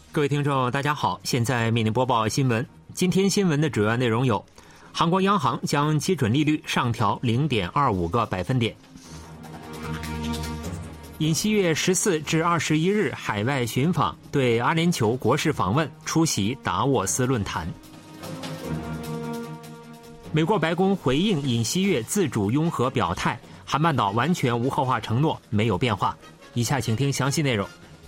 各位听众大家好，现在为您播报新闻。今天新闻的主要内容有：韩国央行将基准利率上调 0.25 个百分点；尹锡悦14至21日海外寻访，对阿联酋国事访问，出席达沃斯论坛；美国白宫回应尹锡悦自主拥核表态，韩半岛完全无核化承诺没有变化。以下请听详细内容。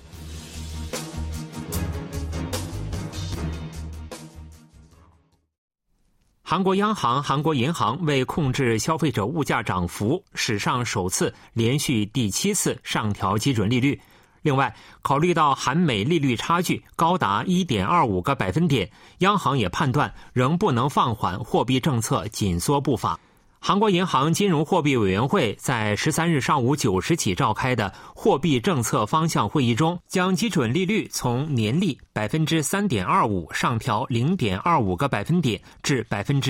韩国央行、韩国银行为控制消费者物价涨幅，史上首次连续第7次上调基准利率。另外，考虑到韩美利率差距高达 1.25 个百分点，央行也判断仍不能放缓货币政策紧缩步伐。韩国银行金融货币委员会在13日上午9时起召开的货币政策方向会议中，将基准利率从年利 3.25% 上调 0.25 个百分点至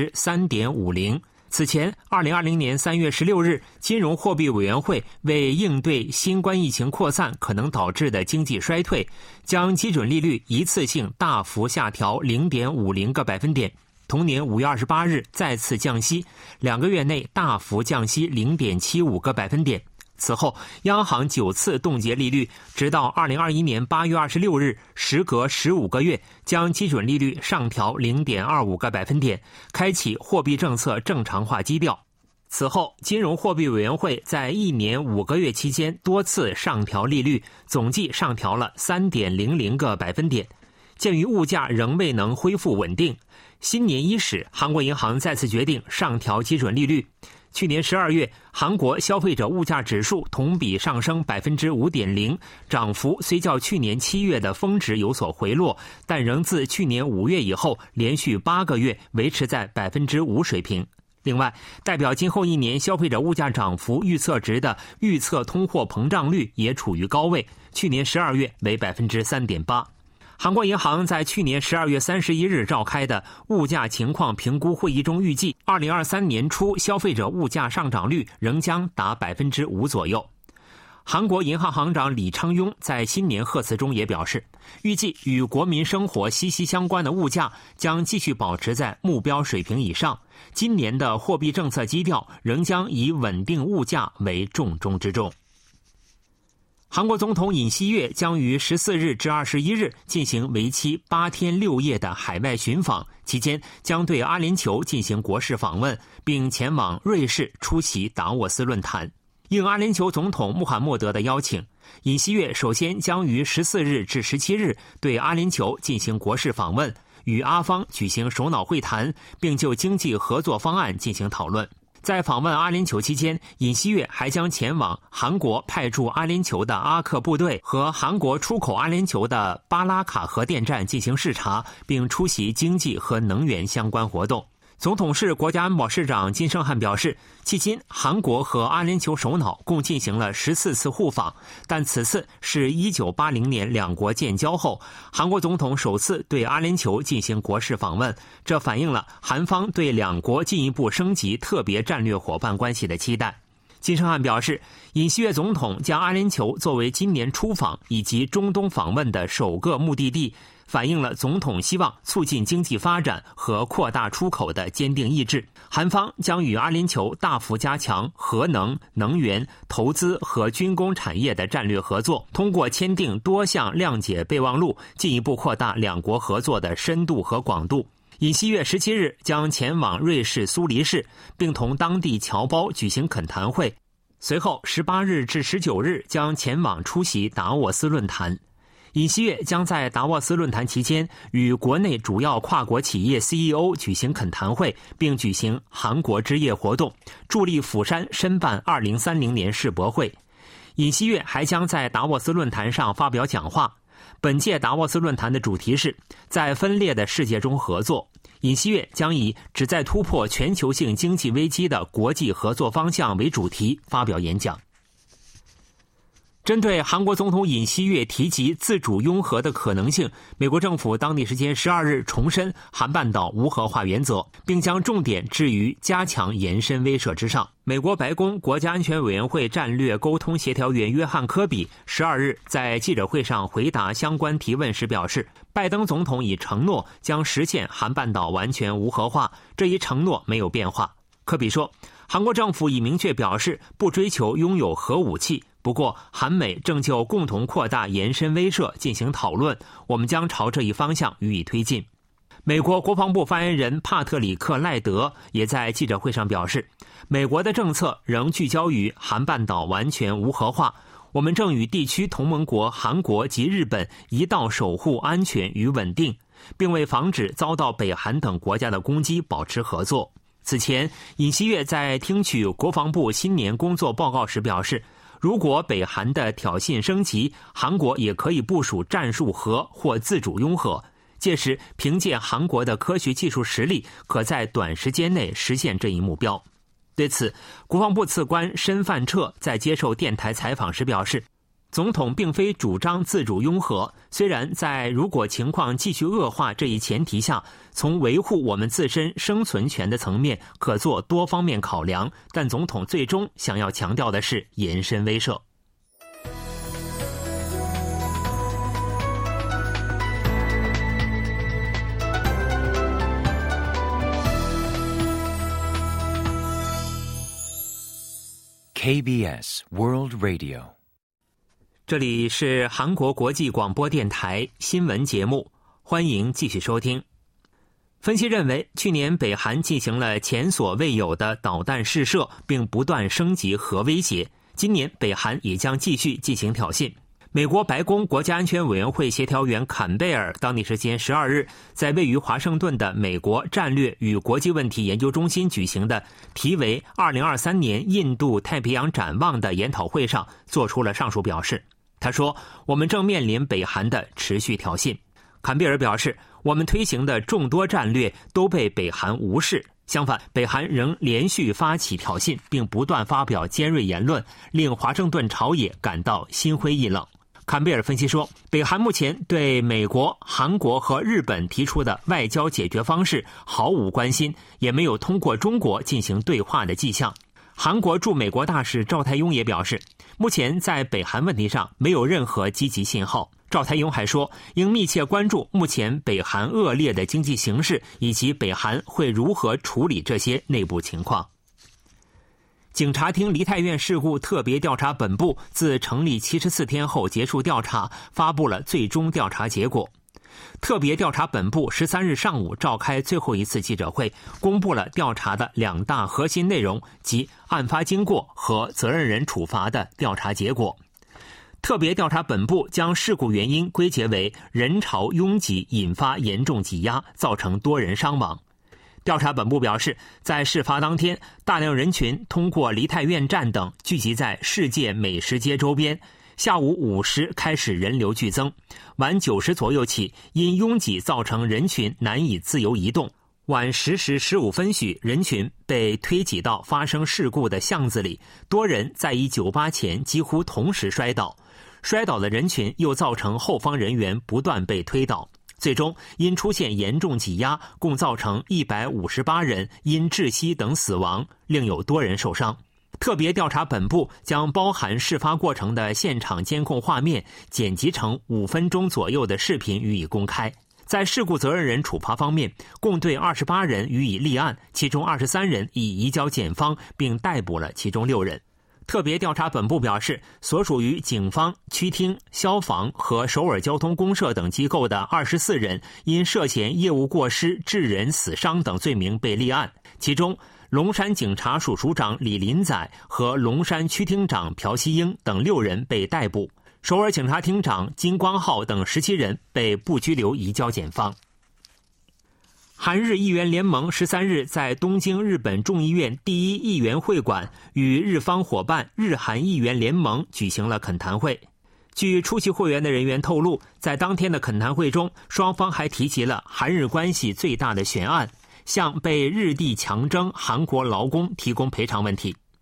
3.50%。此前2020年3月16日，金融货币委员会为应对新冠疫情扩散可能导致的经济衰退，将基准利率一次性大幅下调 0.50 个百分点。同年5月28日再次降息，2个月内大幅降息 0.75 个百分点。此后，央行9次冻结利率，直到2021年8月26日，时隔15个月，将基准利率上调 0.25 个百分点，开启货币政策正常化基调。此后，金融货币委员会在1年5个月期间多次上调利率，总计上调了 3.00 个百分点。鉴于物价仍未能恢复稳定，新年伊始，韩国银行再次决定上调基准利率。去年12月，韩国消费者物价指数同比上升 5.0%， 涨幅虽较去年7月的峰值有所回落，但仍自去年5月以后连续8个月维持在 5% 水平。另外，代表今后1年消费者物价涨幅预测值的预测通货膨胀率也处于高位，去年12月为 3.8%。韩国银行在去年12月31日召开的物价情况评估会议中预计，2023年初消费者物价上涨率仍将达 5% 左右。韩国银行行长李昌镛在新年贺词中也表示，预计与国民生活息息相关的物价将继续保持在目标水平以上，今年的货币政策基调仍将以稳定物价为重中之重。韩国总统尹锡悦将于14日至21日进行为期8天6夜的海外寻访，期间将对阿联酋进行国事访问，并前往瑞士出席达沃斯论坛。应阿联酋总统穆罕默德的邀请，尹锡悦首先将于14日至17日对阿联酋进行国事访问，与阿方举行首脑会谈，并就经济合作方案进行讨论。在访问阿联酋期间，尹锡悦还将前往韩国派驻阿联酋的阿克部队和韩国出口阿联酋的巴拉卡核电站进行视察，并出席经济和能源相关活动。总统室国家安保室长金圣汉表示，迄今韩国和阿联酋首脑共进行了14次互访，但此次是1980年两国建交后，韩国总统首次对阿联酋进行国事访问，这反映了韩方对两国进一步升级特别战略伙伴关系的期待。金圣汉表示，尹锡悦总统将阿联酋作为今年出访以及中东访问的首个目的地，反映了总统希望促进经济发展和扩大出口的坚定意志。韩方将与阿联酋大幅加强核能、能源、投资和军工产业的战略合作，通过签订多项谅解备忘录，进一步扩大两国合作的深度和广度。尹锡悦17日将前往瑞士苏黎世，并同当地侨胞举行恳谈会。随后18日至19日将前往出席达沃斯论坛。尹锡悦将在达沃斯论坛期间与国内主要跨国企业 CEO 举行恳谈会，并举行韩国之夜活动，助力釜山申办2030年世博会。尹锡悦还将在达沃斯论坛上发表讲话。本届达沃斯论坛的主题是在分裂的世界中合作。尹锡悦将以旨在突破全球性经济危机的国际合作方向为主题发表演讲。 针对韩国总统尹锡悦提及自主拥核的可能性，美国政府当地时间12日重申韩半岛无核化原则，并将重点置于加强延伸威慑之上。美国白宫国家安全委员会战略沟通协调员约翰·科比12日在记者会上回答相关提问时表示，拜登总统已承诺将实现韩半岛完全无核化，这一承诺没有变化。科比说，韩国政府已明确表示不追求拥有核武器，不过韩美正就共同扩大延伸威慑进行讨论，我们将朝这一方向予以推进。美国国防部发言人帕特里克·赖德也在记者会上表示，美国的政策仍聚焦于韩半岛完全无核化，我们正与地区同盟国韩国及日本一道守护安全与稳定，并为防止遭到北韩等国家的攻击保持合作。此前，尹锡悦在听取国防部新年工作报告时表示，如果北韩的挑衅升级，韩国也可以部署战术核或自主拥核，届时凭借韩国的科学技术实力，可在短时间内实现这一目标。对此，国防部次官申范彻在接受电台采访时表示，总统并非主张自主拥核，虽然在如果情况继续恶化这一前提下，从维护我们自身生存权的层面可做多方面考量，但总统最终想要强调的是延伸威慑。 KBS World Radio， 这里是韩国国际广播电台新闻节目，欢迎继续收听。分析认为，去年北韩进行了前所未有的导弹试射，并不断升级核威胁，今年北韩也将继续进行挑衅。美国白宫国家安全委员会协调员坎贝尔当地时间12日，在位于华盛顿的美国战略与国际问题研究中心举行的题为2023年印度太平洋展望的研讨会上做出了上述表示。他说，我们正面临北韩的持续挑衅。坎贝尔表示，我们推行的众多战略都被北韩无视，相反，北韩仍连续发起挑衅，并不断发表尖锐言论，令华盛顿朝野感到心灰意冷。坎贝尔分析说，北韩目前对美国、韩国和日本提出的外交解决方式毫无关心，也没有通过中国进行对话的迹象。韩国驻美国大使赵泰庸也表示，目前在北韩问题上没有任何积极信号。赵泰庸还说，应密切关注目前北韩恶劣的经济形势，以及北韩会如何处理这些内部情况。警察厅梨泰院事故特别调查本部自成立74天后结束调查，发布了最终调查结果。特别调查本部13日上午召开最后一次记者会，公布了调查的2大核心内容，即案发经过和责任人处罚的调查结果。特别调查本部将事故原因归结为人潮拥挤引发严重挤压，造成多人伤亡。调查本部表示，在事发当天，大量人群通过梨泰院站等聚集在世界美食街周边，下午5时开始人流剧增，晚9时左右起，因拥挤造成人群难以自由移动。晚10时15分许，人群被推挤到发生事故的巷子里，多人在一酒吧前几乎同时摔倒，摔倒的人群又造成后方人员不断被推倒。最终因出现严重挤压，共造成158人因窒息等死亡，另有多人受伤。特别调查本部将包含事发过程的现场监控画面剪辑成5分钟左右的视频予以公开。在事故责任人处罚方面，共对28人予以立案，其中23人已移交检方，并逮捕了其中6人。特别调查本部表示，所属于警方、区厅、消防和首尔交通公社等机构的24人因涉嫌业务过失致人死伤等罪名被立案，其中龙山警察署署长李林载和龙山区厅长朴熙英等6人被逮捕，首尔警察厅长金光浩等17人被不拘留移交检方。韩日议员联盟13日在东京日本众议院第1议员会馆与日方伙伴日韩议员联盟举行了恳谈会。据出席会员的人员透露，在当天的恳谈会中，双方还提及了韩日关系最大的悬案，向被日帝强征韩国劳工提供赔偿问题。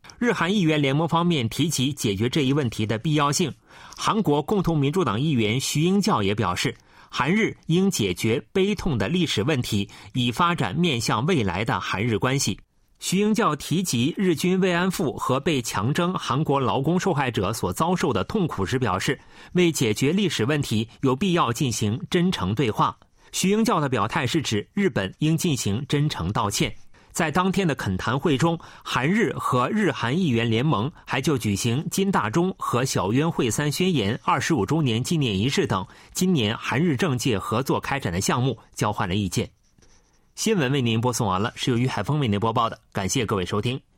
日韩议员联盟方面提及解决这一问题的必要性。韩国共同民主党议员徐英教也表示，韩日应解决悲痛的历史问题，以发展面向未来的韩日关系。徐英教提及日军慰安妇和被强征韩国劳工受害者所遭受的痛苦时表示，为解决历史问题有必要进行真诚对话。徐英教的表态是指日本应进行真诚道歉。在当天的恳谈会中，韩日和日韩议员联盟还就举行金大中和小渊惠三宣言25周年纪念仪式等今年韩日政界合作开展的项目交换了意见。新闻为您播送完了，是由于海峰为您播报的，感谢各位收听。